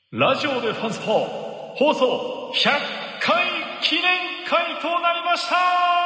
ラジオでファンスポ放送100回記念会となりました。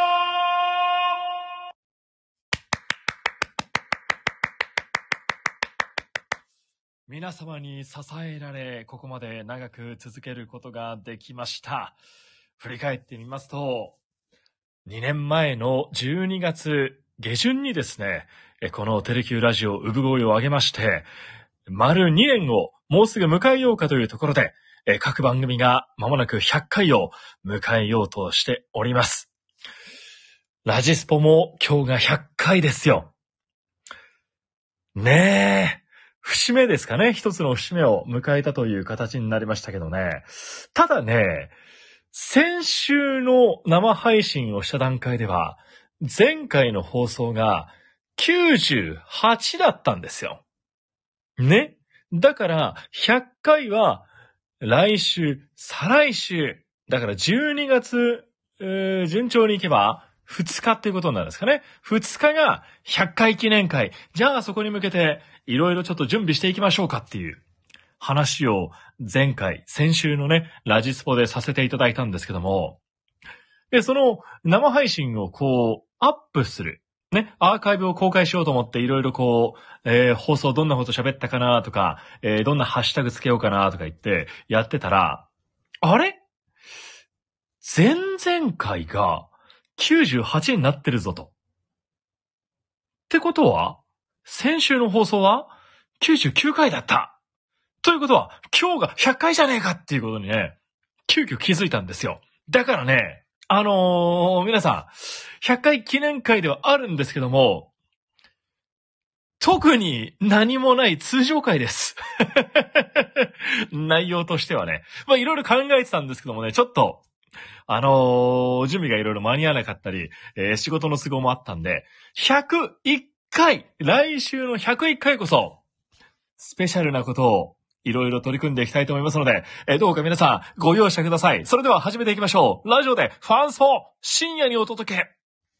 皆様に支えられ、ここまで長く続けることができました。振り返ってみますと、2年前の12月下旬にですね、このテレキューラジオ産声を上げまして、丸2年をもうすぐ迎えようかというところで、各番組が間もなく100回を迎えようとしております。ラジスポも今日が100回ですよ。ねえ。節目ですかね。一つの節目を迎えたという形になりましたけどね。ただね、先週の生配信をした段階では、前回の放送が98だったんですよ。ね。だから、100回は来週、再来週。だから12月、順調にいけば2日っていうことになるんですかね。2日が100回記念会。じゃあそこに向けていろいろちょっと準備していきましょうかっていう話を先週のね、ラジスポでさせていただいたんですけども。で、その生配信をアップする。ね、アーカイブを公開しようと思っていろいろ放送どんなこと喋ったかなとか、どんなハッシュタグつけようかなとか言ってやってたら、あれ？前々回が98になってるぞと。ってことは、先週の放送は99回だった。ということは、今日が100回じゃねえかっていうことにね、急遽気づいたんですよ。だからね、皆さん、100回記念会ではあるんですけども、特に何もない通常回です。内容としてはね。まあ、いろいろ考えてたんですけどもね、ちょっと、準備がいろいろ間に合わなかったり、仕事の都合もあったんで、101回、来週の101回こそ、スペシャルなことをいろいろ取り組んでいきたいと思いますので、どうか皆さんご容赦ください。それでは始めていきましょう。ラジオでファンスポ深夜にお届け。暑い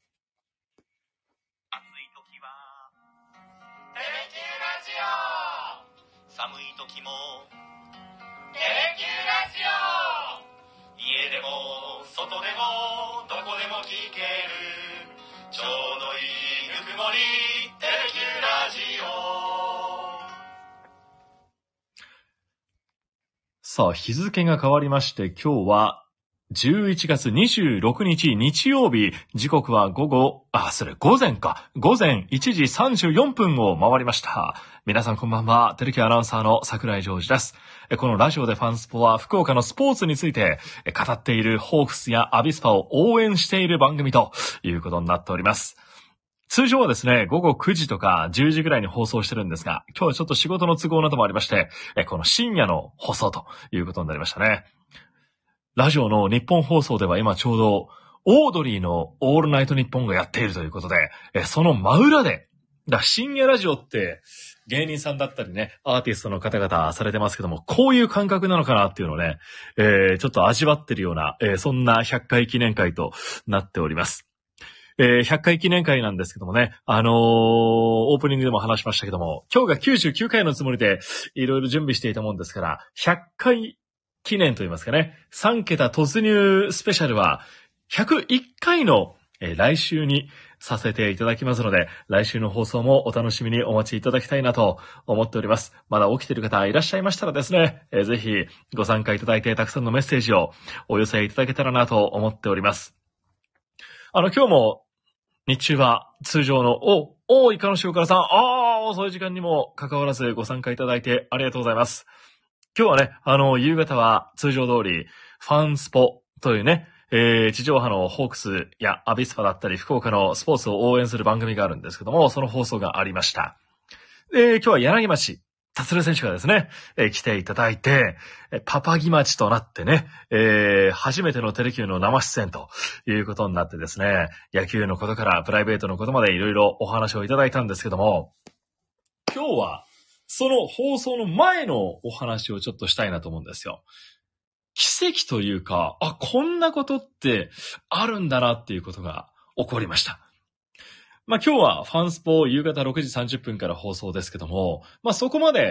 時はテレキューラジオ、寒い時もテレキューラジオ、家でも外でもどこでも聞けるちょうどいいぬくもりテレキューラジオ。さあ、日付が変わりまして、今日は11月26日日曜日、時刻は午前1時34分を回りました。皆さんこんばんは、テレキアナウンサーの桜井ジョージです。このラジオでファンスポは福岡のスポーツについて語っているホークスやアビスパを応援している番組ということになっております。通常はですね、午後9時とか10時ぐらいに放送してるんですが、今日はちょっと仕事の都合などもありまして、この深夜の放送ということになりましたね。ラジオの日本放送では今ちょうど、オードリーのオールナイトニッポンがやっているということで、その真裏で、深夜ラジオって芸人さんだったりね、アーティストの方々されてますけども、こういう感覚なのかなっていうのをね、ちょっと味わってるような、そんな100回記念会となっております。100回記念会なんですけどもね、オープニングでも話しましたけども、今日が99回のつもりでいろいろ準備していたもんですから、100回記念といいますかね、3桁突入スペシャルは101回の、来週にさせていただきますので、来週の放送もお楽しみにお待ちいただきたいなと思っております。まだ起きている方いらっしゃいましたらですね、ぜひご参加いただいてたくさんのメッセージをお寄せいただけたらなと思っております。今日も日中は通常の、いかのしおからさん、遅い時間にも関わらずご参加いただいてありがとうございます。今日はね、夕方は通常通り、ファンスポというね、地上波のホークスやアビスパだったり、福岡のスポーツを応援する番組があるんですけども、その放送がありました。今日は柳町達郎選手がですね、来ていただいて、パパギ町となってね、初めてのテレキューの生出演ということになってですね、野球のことからプライベートのことまでいろいろお話をいただいたんですけども、今日はその放送の前のお話をちょっとしたいなと思うんですよ。奇跡というか、こんなことってあるんだなっていうことが起こりました。今日はファンスポ夕方6時30分から放送ですけども、そこまで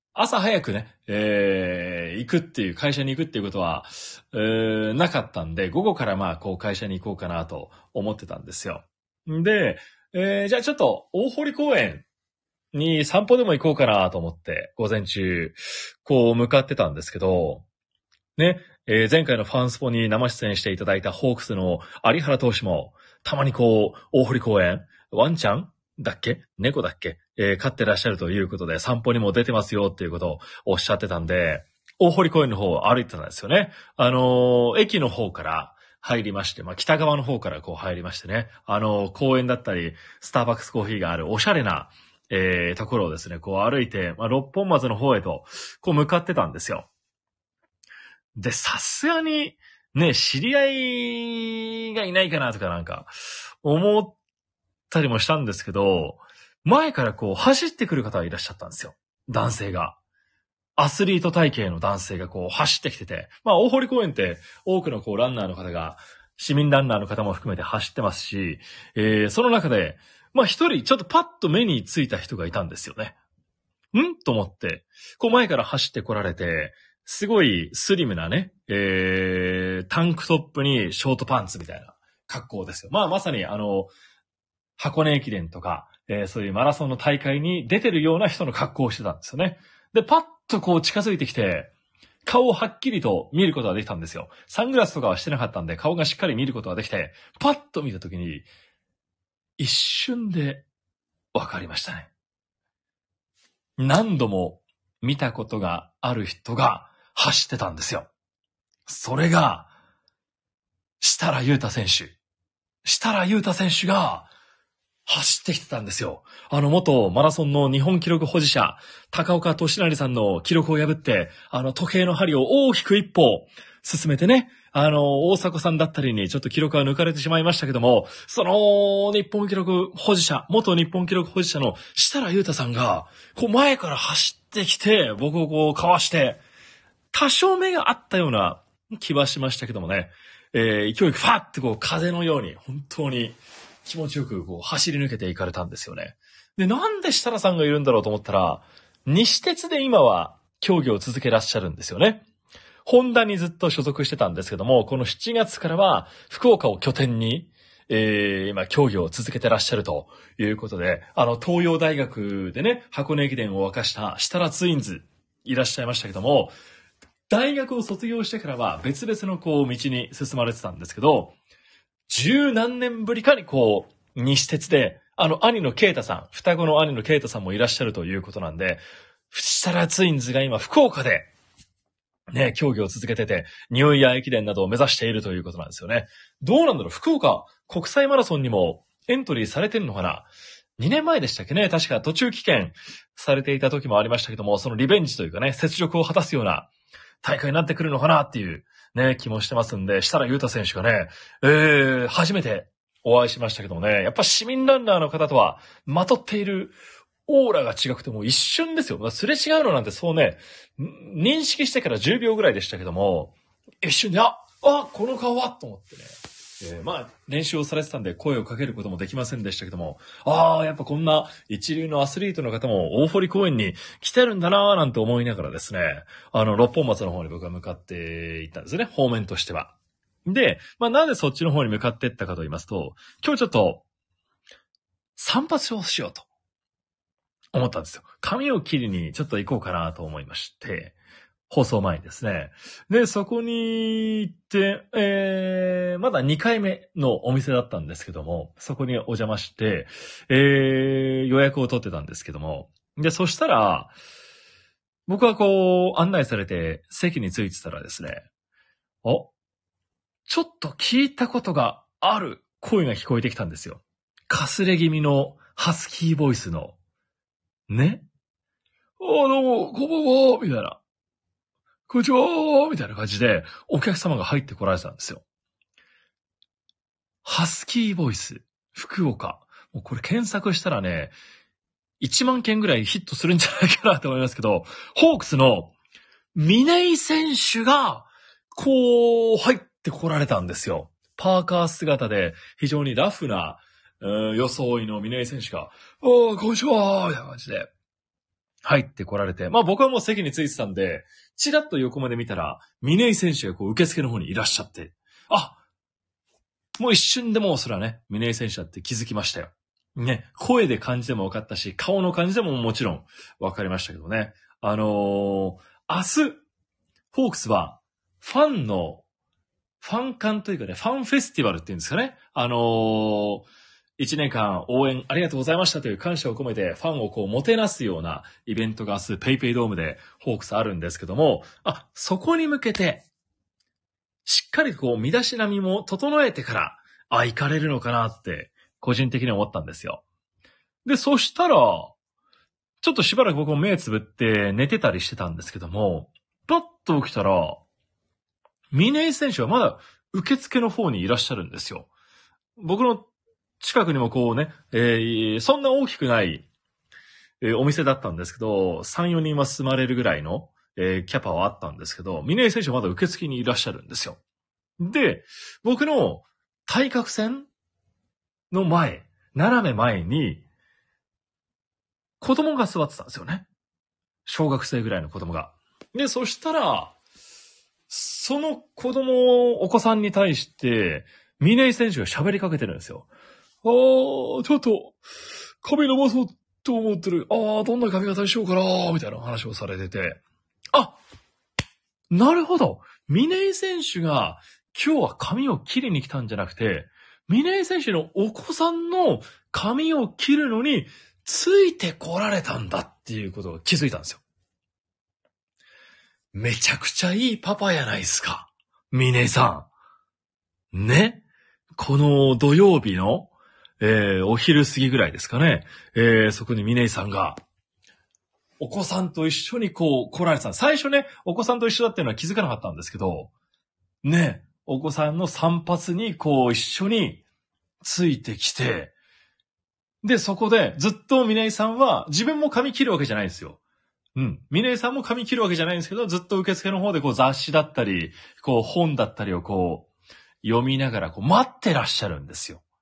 朝早くね、行くっていう、会社に行くっていうことは、なかったんで、午後からまあ、こう会社に行こうかなと思ってたんですよ。で、じゃあちょっと大堀公園に散歩でも行こうかなと思って、午前中、こう向かってたんですけど、ね、前回のファンスポに生出演していただいたホークスの有原投手も、たまにこう、大堀公園、ワンちゃんだっけ猫だっけ飼ってらっしゃるということで、散歩にも出てますよっていうことをおっしゃってたんで、大堀公園の方を歩いてたんですよね。駅の方から入りまして、まあ、北側の方からこう入りましてね、公園だったり、スターバックスコーヒーがあるおしゃれな、ところをですね、こう歩いて、まあ、六本松の方へと、こう向かってたんですよ。で、さすがに、ね、知り合いがいないかなとかなんか、思ったりもしたんですけど、前からこう走ってくる方がいらっしゃったんですよ。男性が。アスリート体型の男性がこう走ってきてて、まあ大堀公園って多くのこうランナーの方が、市民ランナーの方も含めて走ってますし、その中で、まあ一人ちょっとパッと目についた人がいたんですよね。と思って、こう前から走ってこられて、すごいスリムなね、タンクトップにショートパンツみたいな格好ですよ。まあまさに箱根駅伝とか、そういうマラソンの大会に出てるような人の格好をしてたんですよね。で、パッとこう近づいてきて、顔をはっきりと見ることができたんですよ。サングラスとかはしてなかったんで、顔がしっかり見ることができて、パッと見たときに、一瞬でわかりましたね。何度も見たことがある人が走ってたんですよ。それが、設楽悠太選手。設楽悠太選手が走ってきてたんですよ。元マラソンの日本記録保持者、高岡俊成さんの記録を破って、時計の針を大きく一歩進めてね、大迫さんだったりにちょっと記録は抜かれてしまいましたけども、その日本記録保持者、元日本記録保持者の設楽悠太さんが、こう前から走ってきて、僕をこうかわして、多少目があったような気はしましたけどもね、勢いファーってこう風のように、本当に気持ちよくこう走り抜けていかれたんですよね。で、なんで設楽さんがいるんだろうと思ったら、西鉄で今は競技を続けらっしゃるんですよね。ホンダにずっと所属してたんですけども、この7月からは福岡を拠点に、今競技を続けてらっしゃるということで、東洋大学でね、箱根駅伝を沸かした設楽ツインズいらっしゃいましたけども、大学を卒業してからは別々のこう道に進まれてたんですけど、十何年ぶりかにこう、西鉄で、兄の啓太さん、双子の兄の啓太さんもいらっしゃるということなんで、設楽ツインズが今福岡で、ね、競技を続けてて、ニューイヤー駅伝などを目指しているということなんですよね。どうなんだろう、福岡国際マラソンにもエントリーされてるのかな？ 2 年前でしたっけね、確か途中棄権されていた時もありましたけども、そのリベンジというかね、雪辱を果たすような大会になってくるのかなっていうね、気もしてますんで、設楽悠太選手がね、初めてお会いしましたけどもね、やっぱ市民ランナーの方とはまとっているオーラが違くてもう一瞬ですよ。すれ違うのなんてそうね、認識してから10秒ぐらいでしたけども、一瞬で、この顔はと思ってね。まあ、練習をされてたんで声をかけることもできませんでしたけども、やっぱこんな一流のアスリートの方も大堀公園に来てるんだなぁなんて思いながらですね、六本松の方に僕は向かって行ったんですね、方面としては。で、まあなんでそっちの方に向かって行ったかと言いますと、今日ちょっと散髪をしようと思ったんですよ。髪を切りにちょっと行こうかなと思いまして、放送前にですね。で、そこに行って、まだ2回目のお店だったんですけども、そこにお邪魔して、予約を取ってたんですけども、で、そしたら、僕はこう、案内されて席に着いてたらですね、ちょっと聞いたことがある声が聞こえてきたんですよ。かすれ気味のハスキーボイスの、ね。どうも、こんばんは、みたいな。こんにちはみたいな感じで、お客様が入ってこられてたんですよ。ハスキーボイス、福岡。もうこれ検索したらね、1万件ぐらいヒットするんじゃないかなと思いますけど、ホークスの峰井選手が、こう、入ってこられたんですよ。パーカー姿で、非常にラフな、装いの峰井選手が、こんにちはみたいな感じで。 入ってこられて、まあ僕はもう席に着いてたんで、ちらっと横まで見たら、峰井選手がこう受付の方にいらっしゃって、あ、もう一瞬でもうそれはね、峰井選手だって気づきましたよ。ね、声で感じでも分かったし、顔の感じでももちろん分かりましたけどね。明日、ホークスは、ファン館というかね、ファンフェスティバルっていうんですかね。一年間応援ありがとうございましたという感謝を込めてファンをこうもてなすようなイベントが明日ペイペイドームでホークスあるんですけども、そこに向けて、しっかりこう身だしなみも整えてから、行かれるのかなって、個人的に思ったんですよ。で、そしたら、ちょっとしばらく僕も目つぶって寝てたりしてたんですけども、パッと起きたら、峰井選手はまだ受付の方にいらっしゃるんですよ。僕の近くにもこうね、そんな大きくない、お店だったんですけど、3、4人は住まれるぐらいの、キャパはあったんですけど、峰井選手はまだ受付にいらっしゃるんですよ。で、僕の対角線の前、斜め前に、子供が座ってたんですよね。小学生ぐらいの子供が。で、そしたら、そのお子さんに対して、峰井選手が喋りかけてるんですよ。ちょっと、髪伸ばそうと思ってる。どんな髪型にしようかなみたいな話をされてて。なるほど。峰井選手が今日は髪を切りに来たんじゃなくて、峰井選手のお子さんの髪を切るのについてこられたんだっていうことが気づいたんですよ。めちゃくちゃいいパパやないですか。峰井さん。ね。この土曜日の、お昼過ぎぐらいですかね。そこに峰井さんが、お子さんと一緒にこう来られてた。最初ね、お子さんと一緒だっていうのは気づかなかったんですけど、ね、お子さんの散髪にこう一緒についてきて、で、そこでずっと峰井さんは自分も髪切るわけじゃないんですよ。峰井さんも髪切るわけじゃないんですけど、ずっと受付の方でこう雑誌だったり、こう本だったりをこう読みながらこう待ってらっしゃるんですよ。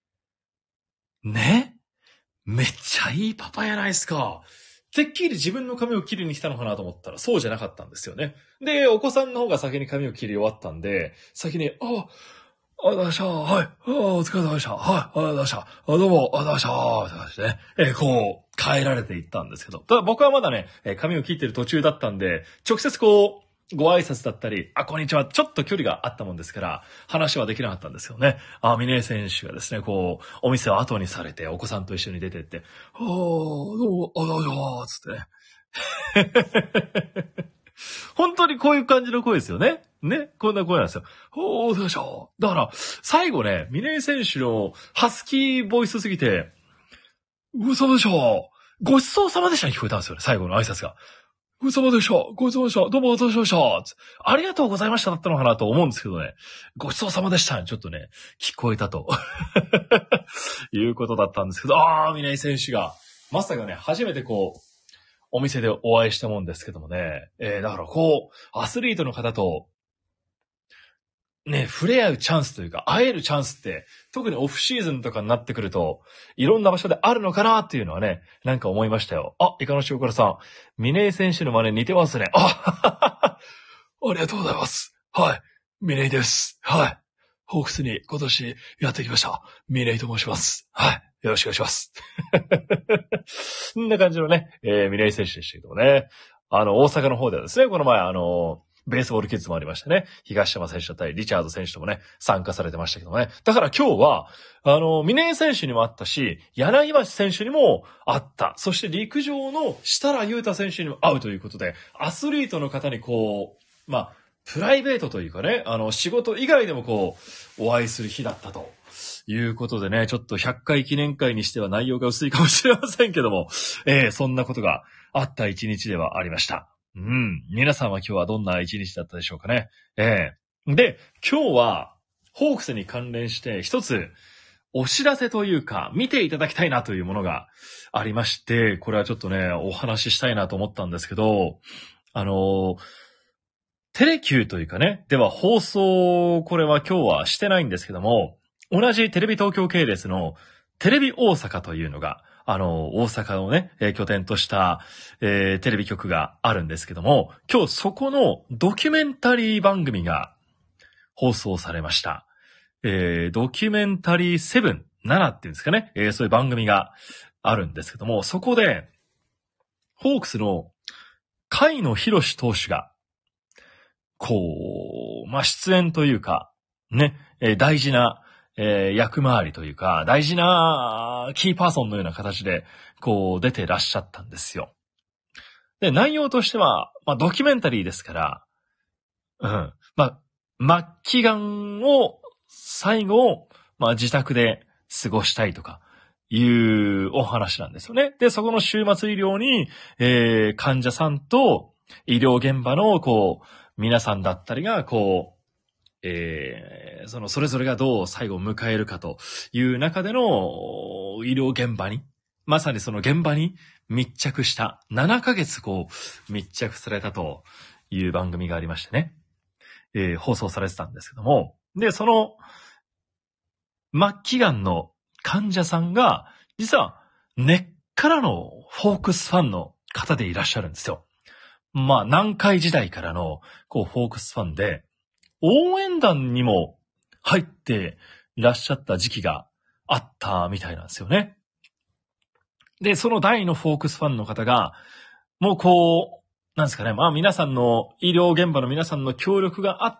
ね？めっちゃいいパパやないですか。てっきり自分の髪を切りに来たのかなと思ったらそうじゃなかったんですよね。で、お子さんの方が先に髪を切り終わったんで、先に、どうしたはい。お疲れ様でした。はい。どうしたどうも、どうしたって感じでね。こう、帰られていったんですけど。ただ僕はまだね、髪を切ってる途中だったんで、直接こう、ご挨拶だったり、こんにちは、ちょっと距離があったもんですから、話はできなかったんですよね。峰井選手がですね、こう、お店を後にされて、お子さんと一緒に出てって、どうも、どうも、つってね。本当にこういう感じの声ですよね。ね。こんな声なんですよ。どうでしょう。だから、最後ね、峰井選手のハスキーボイスすぎて、嘘でしょう。ごちそうさまでしたに聞こえたんですよね、最後の挨拶が。ごちそうさまでした。ごちそうさまでした。どうもお疲れ様でした。ありがとうございましただったのかなと思うんですけどね。ごちそうさまでしたにちょっとね、聞こえたと。いうことだったんですけど、峰井選手が、まさかね、初めてこう、お店でお会いしたもんですけどもね。だからこう、アスリートの方と、ね、触れ合うチャンスというか、会えるチャンスって、特にオフシーズンとかになってくると、いろんな場所であるのかなっていうのはね、なんか思いましたよ。イカの塩辛さん、峰井選手の真似似てますね。ありがとうございます。はい。峰井です。はい。ホークスに今年やってきました。峰井と申します。はい。よろしくお願いします。そんな感じのね、峰井選手でしたけどもね。大阪の方ではですね、この前ベースボールキッズもありましてね、東山選手だったり、リチャード選手ともね、参加されてましたけどもね。だから今日は、峰井選手にもあったし、柳橋選手にもあった。そして陸上の設楽悠太選手にも会うということで、アスリートの方にこう、プライベートというかね、仕事以外でもこう、お会いする日だったと。いうことでね、ちょっと100回記念会にしては内容が薄いかもしれませんけども、そんなことがあった一日ではありました。皆さんは今日はどんな一日だったでしょうかね。で、今日は、ホークスに関連して一つ、お知らせというか、見ていただきたいなというものがありまして、これはちょっとね、お話ししたいなと思ったんですけど、テレキューというかね、では放送、これは今日はしてないんですけども、同じテレビ東京系列のテレビ大阪というのが大阪をね、拠点とした、テレビ局があるんですけども、今日そこのドキュメンタリー番組が放送されました。ドキュメンタリー7、7っていうんですかね、そういう番組があるんですけども、そこで、ホークスの甲斐野博投手が、出演というか、ね、大事な、役回りというか、大事なキーパーソンのような形で、出てらっしゃったんですよ。で、内容としては、ドキュメンタリーですから、末期がんを、最後、自宅で過ごしたいとか、いうお話なんですよね。で、そこの終末医療に、患者さんと医療現場の、皆さんだったりが、それぞれがどう最後を迎えるかという中での医療現場に、まさにその現場に密着した7ヶ月密着されたという番組がありましてね、放送されてたんですけども、で、その末期がんの患者さんが実は根っからのフォークスファンの方でいらっしゃるんですよ。南海時代からのフォークスファンで、応援団にも入っていらっしゃった時期があったみたいなんですよね。で、その大のフォークスファンの方が、もうなんですかね、皆さんの医療現場の皆さんの協力があって、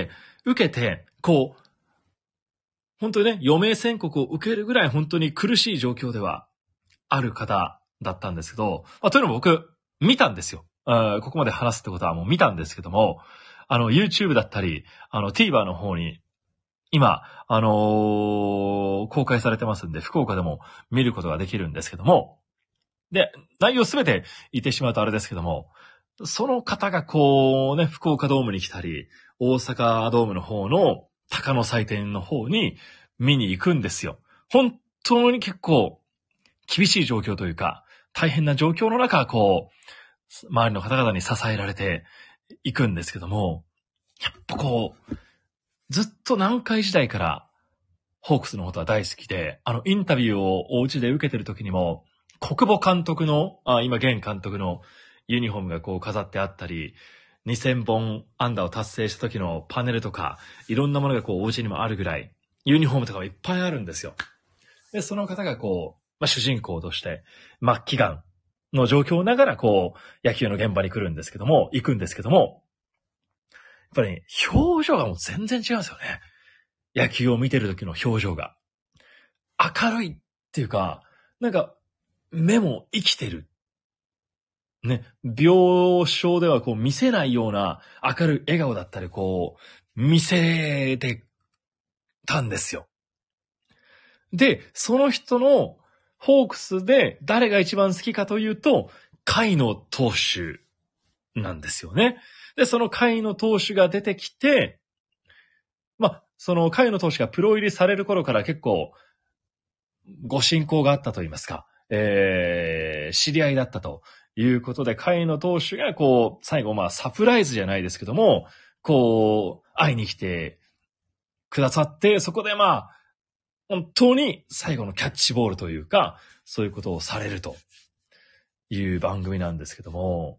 受けて、本当にね、余命宣告を受けるぐらい本当に苦しい状況ではある方だったんですけど、というのも僕、見たんですよ。ここまで話すってことはもう見たんですけども、YouTube だったり、TVer の方に、今、公開されてますんで、福岡でも見ることができるんですけども、で、内容すべて言ってしまうとあれですけども、その方が福岡ドームに来たり、大阪ドームの方の鷹の祭典の方に見に行くんですよ。本当に結構厳しい状況というか、大変な状況の中、周りの方々に支えられていくんですけども、やっぱずっと南海時代からホークスのことは大好きで、インタビューをお家で受けてる時にも、国母監督の、今現監督のユニフォームが飾ってあったり、2000本安打を達成した時のパネルとか、いろんなものがお家にもあるぐらい、ユニフォームとかもいっぱいあるんですよ。で、その方が主人公として、末期がんの状況ながら野球の現場に行くんですけども、やっぱり、表情がもう全然違うんですよね。野球を見てる時の表情が。明るいっていうか、目も生きてる。ね、病床では見せないような明るい笑顔だったり見せてたんですよ。で、その人のホークスで誰が一番好きかというと、甲斐野投手なんですよね。で、その甲斐野投手が出てきて、その甲斐野投手がプロ入りされる頃から結構ご親交があったと言いますか、知り合いだったということで、甲斐野投手が最後サプライズじゃないですけども、会いに来てくださって、そこで本当に最後のキャッチボールというか、そういうことをされるという番組なんですけども、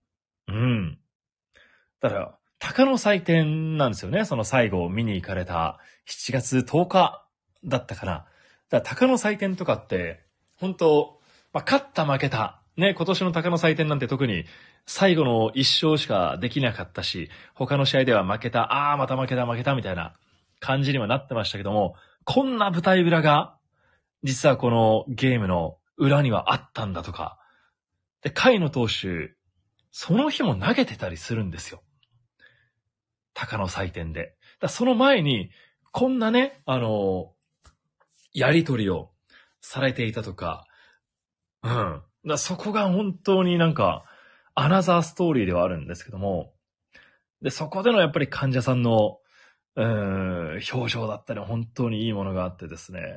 だから、鷹の祭典なんですよね。その最後見に行かれた7月10日だったかな。だから鷹の祭典とかって、本当勝った負けた。ね、今年の鷹の祭典なんて特に最後の一勝しかできなかったし、他の試合では負けた、また負けたみたいな感じにはなってましたけども、こんな舞台裏が、実はこのゲームの裏にはあったんだとか。で、甲斐野投手、その日も投げてたりするんですよ。鷹の祭典で。その前に、こんなね、やりとりをされていたとか、そこが本当にアナザーストーリーではあるんですけども、で、そこでのやっぱり患者さんの、表情だったり本当にいいものがあってですね、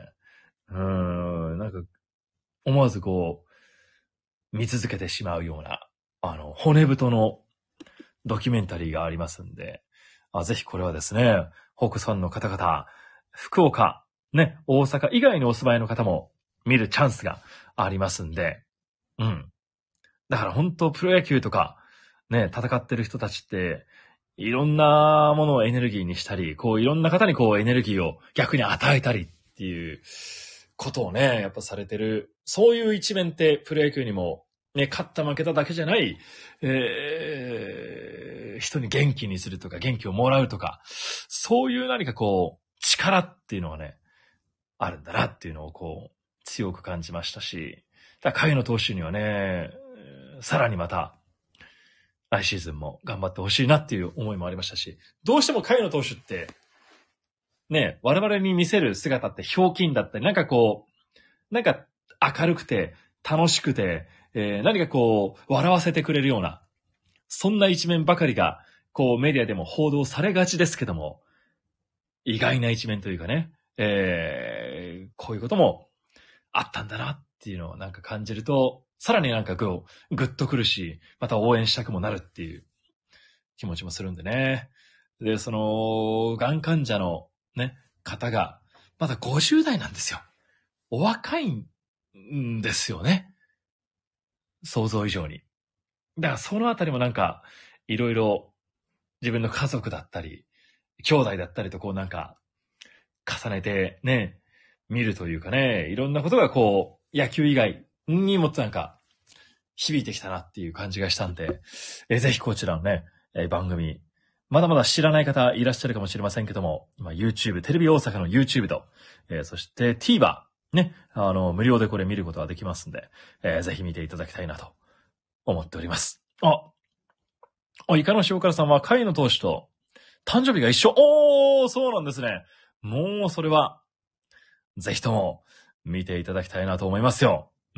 思わず見続けてしまうような、骨太のドキュメンタリーがありますんで、ぜひこれはですね、ホークスファンの方々、福岡、ね、大阪以外にお住まいの方も見るチャンスがありますんで、うん。だから本当プロ野球とか、ね、戦ってる人たちって、いろんなものをエネルギーにしたり、こういろんな方にこうエネルギーを逆に与えたりっていうことをね、やっぱされてる。そういう一面ってプロ野球にも、ね、勝った負けただけじゃない、人に元気にするとか、元気をもらうとか、そういう何かこう、力っていうのはね、あるんだなっていうのをこう、強く感じましたし、だから甲斐野投手にはね、さらにまた、来シーズンも頑張ってほしいなっていう思いもありましたし、どうしても甲斐野投手って、ね、我々に見せる姿ってひょうきんだったり、なんかこう、なんか明るくて、楽しくて、何かこう、笑わせてくれるような、そんな一面ばかりが、こうメディアでも報道されがちですけども、意外な一面というかね、こういうこともあったんだなっていうのをなんか感じると、さらになんかこう、ぐっとくるし、また応援したくもなるっていう気持ちもするんでね。で、その、がん患者のね、方が、まだ50代なんですよ。お若いんですよね。想像以上に。だからそのあたりもなんか、いろいろ自分の家族だったり、兄弟だったりとこうなんか、重ねてね、見るというかね、いろんなことがこう、野球以外にもなんか、響いてきたなっていう感じがしたんで、ぜひこちらのね、番組、まだまだ知らない方いらっしゃるかもしれませんけども、今 YouTube、テレビ大阪の YouTube と、そして TVer、ね、無料でこれ見ることができますんで、ぜひ見ていただきたいなと思っております。イカの塩辛さんは甲斐野投手と誕生日が一緒。そうなんですね。もうそれは、ぜひとも見ていただきたいなと思いますよ。うん。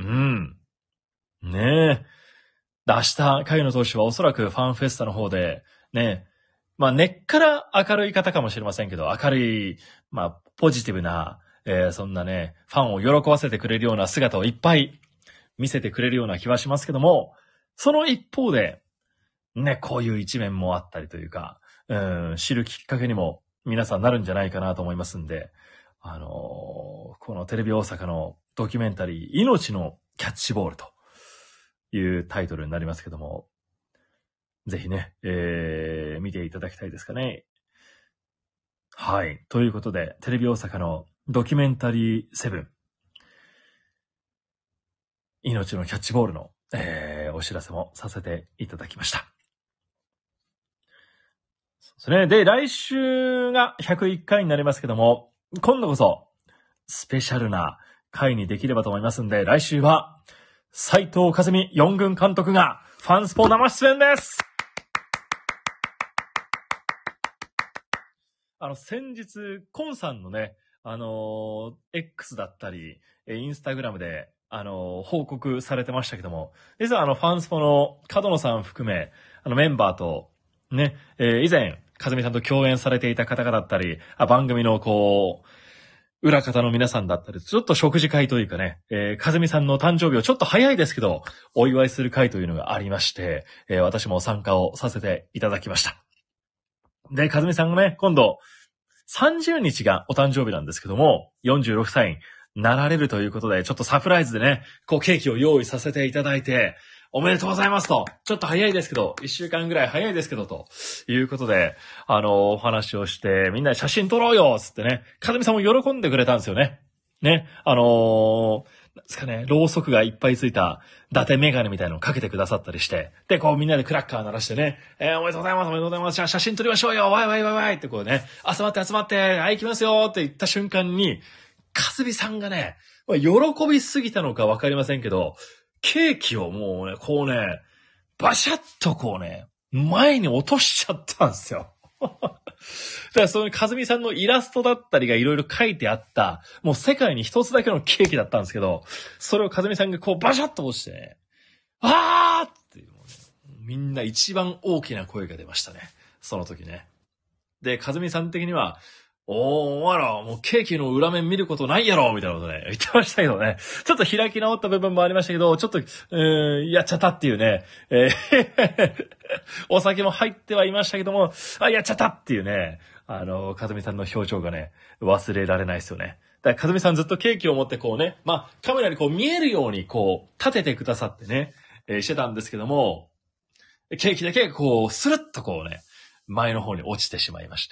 ねえ。明日、甲斐野投手はおそらくファンフェスタの方で、ね、まあ根っから明るい方かもしれませんけど、明るい、まあポジティブな、そんなね、ファンを喜ばせてくれるような姿をいっぱい見せてくれるような気はしますけども、その一方で、ね、こういう一面もあったりというか、知るきっかけにも皆さんなるんじゃないかなと思いますんで、このテレビ大阪のドキュメンタリー、命のキャッチボールというタイトルになりますけども、ぜひね、見ていただきたいですかね。はい。ということで、テレビ大阪のドキュメンタリー7、命のキャッチボールの、お知らせもさせていただきました。そうですね。で、来週が101回になりますけども、今度こそ、スペシャルな回にできればと思いますんで、来週は、斉藤和美4軍監督がファンスポ生出演です。先日、コンさんのね、X だったり、インスタグラムで、報告されてましたけども、実はファンスポの角野さん含め、メンバーと、ね、以前、和美さんと共演されていた方々だったり、番組のこう、裏方の皆さんだったり、ちょっと食事会というかね、和美さんの誕生日をちょっと早いですけど、お祝いする会というのがありまして、私も参加をさせていただきました。で、和美さんがね、今度、30日がお誕生日なんですけども、46歳になられるということで、ちょっとサプライズでね、こうケーキを用意させていただいて、おめでとうございますと、ちょっと早いですけど、1週間ぐらい早いですけど、ということで、お話をして、みんなで写真撮ろうよつってね、和美さんも喜んでくれたんですよね。ね、なんですかね、ろうそくがいっぱいついた、伊達メガネみたいなのをかけてくださったりして、で、こうみんなでクラッカー鳴らしてね、おめでとうございます、おめでとうございます、じゃあ写真撮りましょうよ、ワイワイワイワイってこうね、集まって、はい、行きますよって言った瞬間に、和美さんがね、喜びすぎたのかわかりませんけど、ケーキをもうね、こうね、バシャッとこうね、前に落としちゃったんですよ。だからその和美さんのイラストだったりがいろいろ書いてあった、もう世界に一つだけのケーキだったんですけど、それを和美さんがこうバシャッと落ちてね、あーっていう、ね、みんな一番大きな声が出ましたね。その時ね。で、和美さん的には、お前ら、もうケーキの裏面見ることないやろみたいなことね、言ってましたけどね。ちょっと開き直った部分もありましたけど、ちょっと、やっちゃったっていうね、お酒も入ってはいましたけども、やっちゃったっていうね、和美さんの表情がね、忘れられないですよね。 だから、和美さんずっとケーキを持ってこうね、まあ、カメラにこう見えるようにこう、立ててくださってね、してたんですけども、ケーキだけこう、スルッとこうね、前の方に落ちてしまいまして、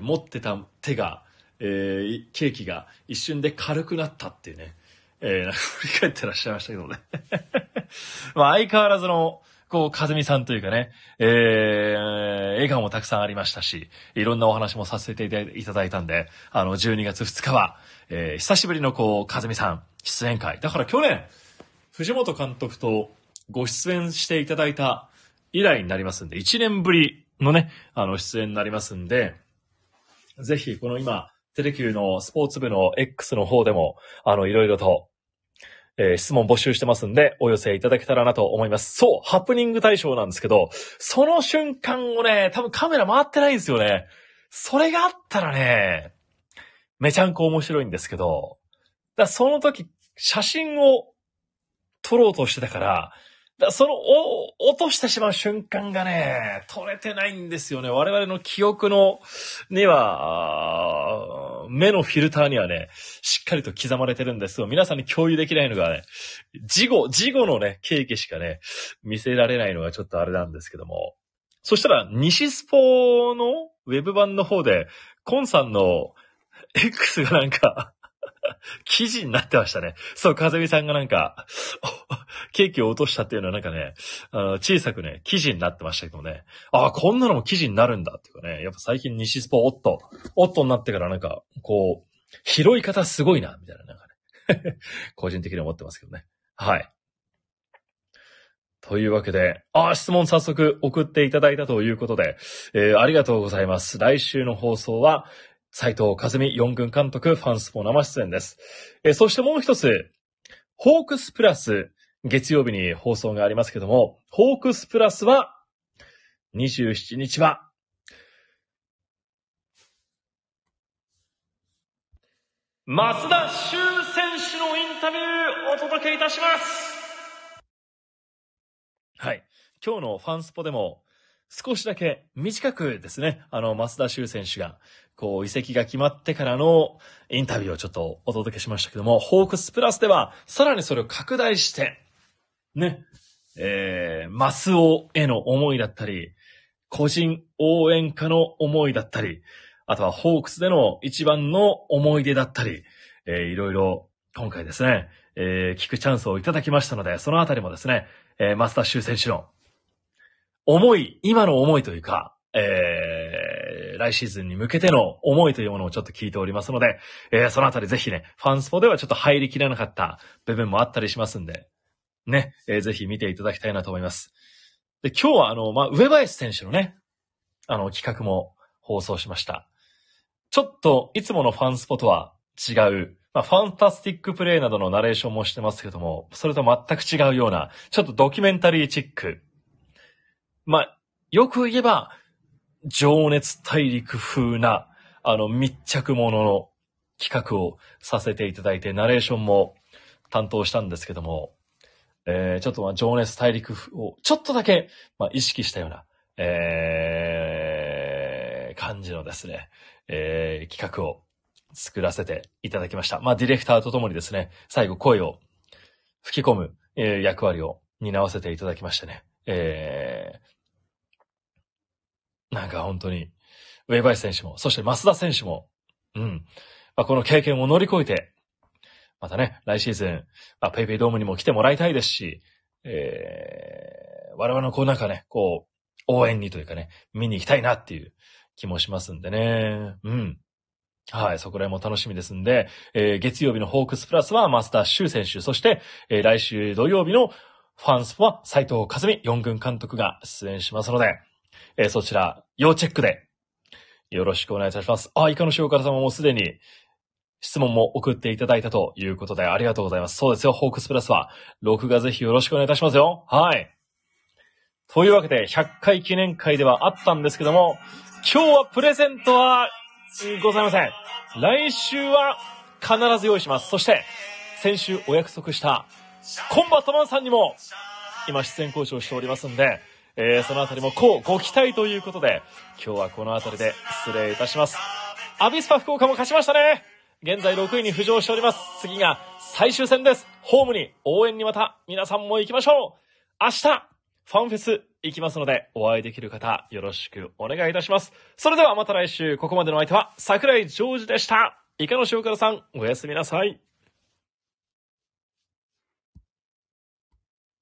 持ってた手が、ケーキが一瞬で軽くなったっていうね、なんか振り返ってらっしゃいましたけどね。まあ相変わらずの、こう、かずみさんというかね、笑顔もたくさんありましたし、いろんなお話もさせていただいたんで、12月2日は、久しぶりのこう、かずみさん出演会。だから去年、藤本監督とご出演していただいた以来になりますんで、1年ぶりのね、出演になりますんで、ぜひ、この今、テレキューのスポーツ部の X の方でも、いろいろと、質問募集してますんで、お寄せいただけたらなと思います。そう、ハプニング対象なんですけど、その瞬間をね、多分カメラ回ってないんですよね。それがあったらね、めちゃんこ面白いんですけど、その時、写真を撮ろうとしてたから、その落としてしまう瞬間がね、撮れてないんですよね。我々の記憶には、目のフィルターにはね、しっかりと刻まれてるんですよ。皆さんに共有できないのがね、事後のね、ケーキしかね、見せられないのがちょっとあれなんですけども。そしたら、西スポのウェブ版の方で、コンさんの X がなんか、記事になってましたね。そう、かずみさんがなんか、ケーキを落としたっていうのはなんかね、小さくね、記事になってましたけどね。あ、こんなのも記事になるんだっていうかね、やっぱ最近西スポオットになってからなんか、こう、拾い方すごいな、みたいななんかね、個人的に思ってますけどね。はい。というわけで、質問早速送っていただいたということで、ありがとうございます。来週の放送は、斉藤和美4軍監督ファンスポ生出演です。そしてもう一つ、ホークスプラス、月曜日に放送がありますけども、ホークスプラスは、27日は、増田修選手のインタビューをお届けいたします。はい。今日のファンスポでも、少しだけ短くですね、増田修選手が、こう、移籍が決まってからのインタビューをちょっとお届けしましたけども、ホークスプラスでは、さらにそれを拡大して、ね、マスオへの思いだったり、個人応援歌の思いだったり、あとはホークスでの一番の思い出だったり、いろいろ今回ですね、聞くチャンスをいただきましたので、そのあたりもですね、増田修選手の思い、今の思いというか、来シーズンに向けての思いというものをちょっと聞いておりますので、そのあたりぜひね、ファンスポではちょっと入りきらなかった部分もあったりしますんで、ね、ぜひ見ていただきたいなと思います。で、今日は上林選手のね、企画も放送しました。ちょっと、いつものファンスポとは違う、ファンタスティックプレイなどのナレーションもしてますけども、それと全く違うような、ちょっとドキュメンタリーチック。よく言えば、情熱大陸風な、密着ものの企画をさせていただいて、ナレーションも担当したんですけども、ちょっと情熱大陸をちょっとだけ、意識したような、感じのですね、企画を作らせていただきました。ディレクターとともにですね、最後声を吹き込む、役割を担わせていただきましてね、なんか本当に、上林選手も、そして増田選手も、この経験を乗り越えて、またね、来シーズン、ペイペイドームにも来てもらいたいですし、我々のなんかね、応援にというかね、見に行きたいなっていう気もしますんでね。はい、そこら辺も楽しみですんで、月曜日のホークスプラスは増田修選手、そして、来週土曜日のファンスポは斉藤和美4軍監督が出演しますので、そちら、要チェックで、よろしくお願いいたします。イカの塩辛様もすでに、質問も送っていただいたということでありがとうございます。そうですよ、ホークスプラスは、録画ぜひよろしくお願いいたしますよ。はい。というわけで、100回記念会ではあったんですけども、今日はプレゼントはございません。来週は必ず用意します。そして、先週お約束した、コンバットマンさんにも、今出演交渉しておりますんで、そのあたりもご期待ということで、今日はこのあたりで失礼いたします。アビスパ福岡も勝ちましたね。 現在6位に浮上しております。次が最終戦です。ホームに応援にまた皆さんも行きましょう。明日、ファンフェス行きますので、お会いできる方よろしくお願いいたします。それではまた来週、ここまでの相手は桜井ジョージでした。イカの塩辛さん、おやすみなさい。